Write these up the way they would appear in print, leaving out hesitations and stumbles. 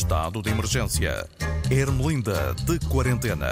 Estado de emergência. Ermelinda de quarentena.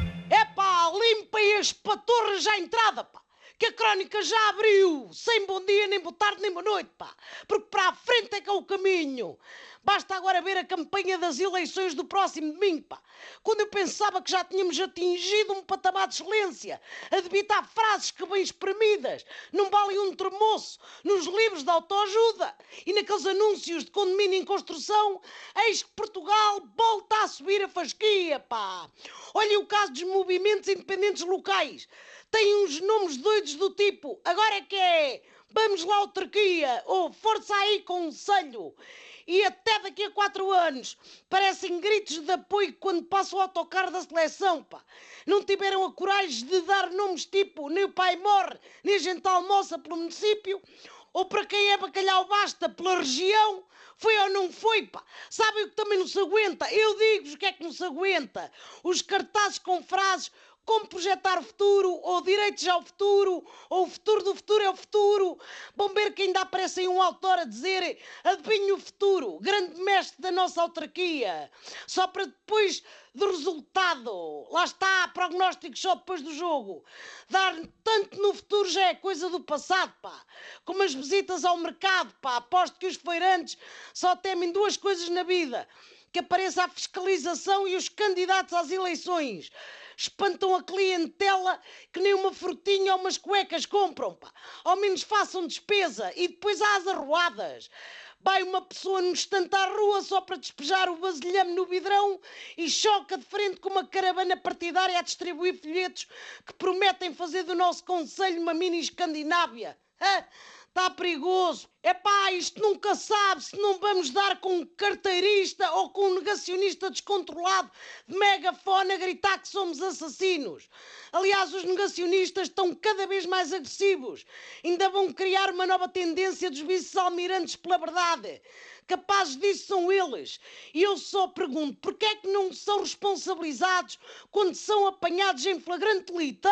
Epá, limpem as patorras à entrada, pá. Que a crónica já abriu, sem bom dia, nem boa tarde, nem boa noite, pá. Porque para a frente é que é o caminho. Basta agora ver a campanha das eleições do próximo domingo, pá. Quando eu pensava que já tínhamos atingido um patamar de excelência, a debitar frases que bem espremidas não valem um termoço nos livros de autoajuda e naqueles anúncios de condomínio em construção, eis que Portugal volta a subir a fasquia, pá. Olhem o caso dos movimentos independentes locais. Tem uns nomes doidos do tipo, agora é que é, vamos lá autarquia, ou força aí conselho. E até daqui a 4 anos parecem gritos de apoio quando passa o autocarro da seleção, pá. Não tiveram a coragem de dar nomes tipo nem o pai morre, nem a gente almoça pelo município, ou para quem é bacalhau basta pela região. Foi ou não foi, pá? Sabem o que também não se aguenta? Eu digo-vos o que é que não se aguenta. Os cartazes com frases como projetar o futuro, ou direitos ao futuro, ou o futuro do futuro é o futuro. Vão ver que ainda aparece aí um autor a dizer adivinha o futuro, grande mestre da nossa autarquia. Só para depois do resultado, lá está, prognóstico só depois do jogo. Dar tanto no futuro já é coisa do passado, pá. Como as visitas ao mercado, pá. Aposto que os feirantes só temem 2 coisas na vida: que apareça a fiscalização e os candidatos às eleições. Espantam a clientela que nem uma frutinha ou umas cuecas compram, pá. Ao menos façam despesa e depois há as arruadas. Vai uma pessoa num instante à rua só para despejar o vasilhame no vidrão e choca de frente com uma caravana partidária a distribuir folhetos que prometem fazer do nosso concelho uma mini Escandinávia. Está perigoso. Epá, isto nunca sabe se não vamos dar com um carteirista ou com um negacionista descontrolado de megafone a gritar que somos assassinos. Aliás, os negacionistas estão cada vez mais agressivos. Ainda vão criar uma nova tendência dos vice-almirantes pela verdade. Capazes disso são eles. E eu só pergunto, porquê é que não são responsabilizados quando são apanhados em flagrante delito?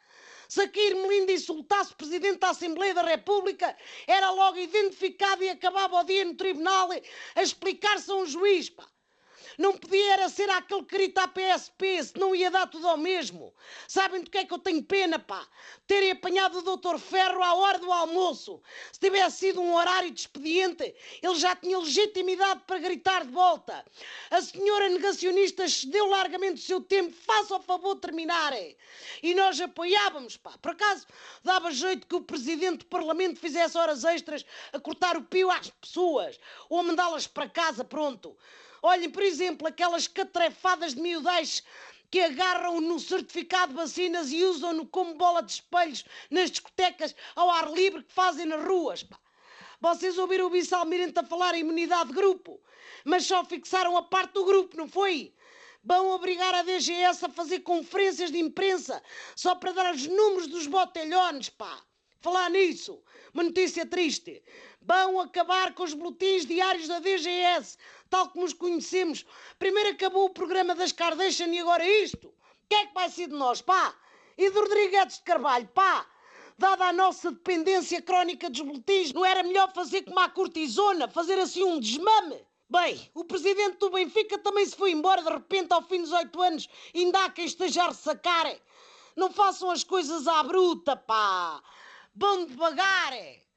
Se aqui Ermelinda insultasse o Presidente da Assembleia da República, era logo identificado e acabava o dia no tribunal a explicar-se a um juiz, pá. Não podia era ser aquele que grita à PSP, se não ia dar tudo ao mesmo. Sabem do que é que eu tenho pena, pá? Terem apanhado o Dr. Ferro à hora do almoço. Se tivesse sido um horário de expediente, ele já tinha legitimidade para gritar de volta. A senhora negacionista cedeu largamente o seu tempo, faça o favor de terminar. E nós apoiávamos, pá. Por acaso, dava jeito que o Presidente do Parlamento fizesse horas extras a cortar o pio às pessoas, ou a mandá-las para casa, pronto. Olhem, por exemplo, aquelas catrefadas de miudais que agarram no certificado de vacinas e usam-no como bola de espelhos nas discotecas ao ar livre que fazem nas ruas, pá. Vocês ouviram o vice-almirante a falar em imunidade de grupo, mas só fixaram a parte do grupo, não foi? Vão obrigar a DGS a fazer conferências de imprensa só para dar os números dos botelhones, pá. Falar nisso, uma notícia triste. Vão acabar com os boletins diários da DGS, tal como os conhecemos. Primeiro acabou o programa das Kardashian e agora isto. O que é que vai ser de nós, pá? E do Rodrigues de Carvalho, pá? Dada a nossa dependência crónica dos boletins, não era melhor fazer como a cortisona, fazer assim um desmame? Bem, o presidente do Benfica também se foi embora de repente ao fim dos 8 anos e ainda há quem esteja a ressacar. Não façam as coisas à bruta, pá. Vão devagar.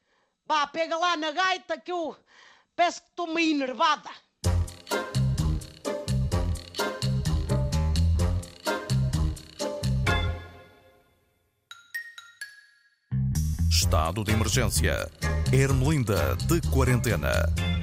Vá, pega lá na gaita que eu peço que estou meio enervada. Estado de emergência. Ermelinda de quarentena.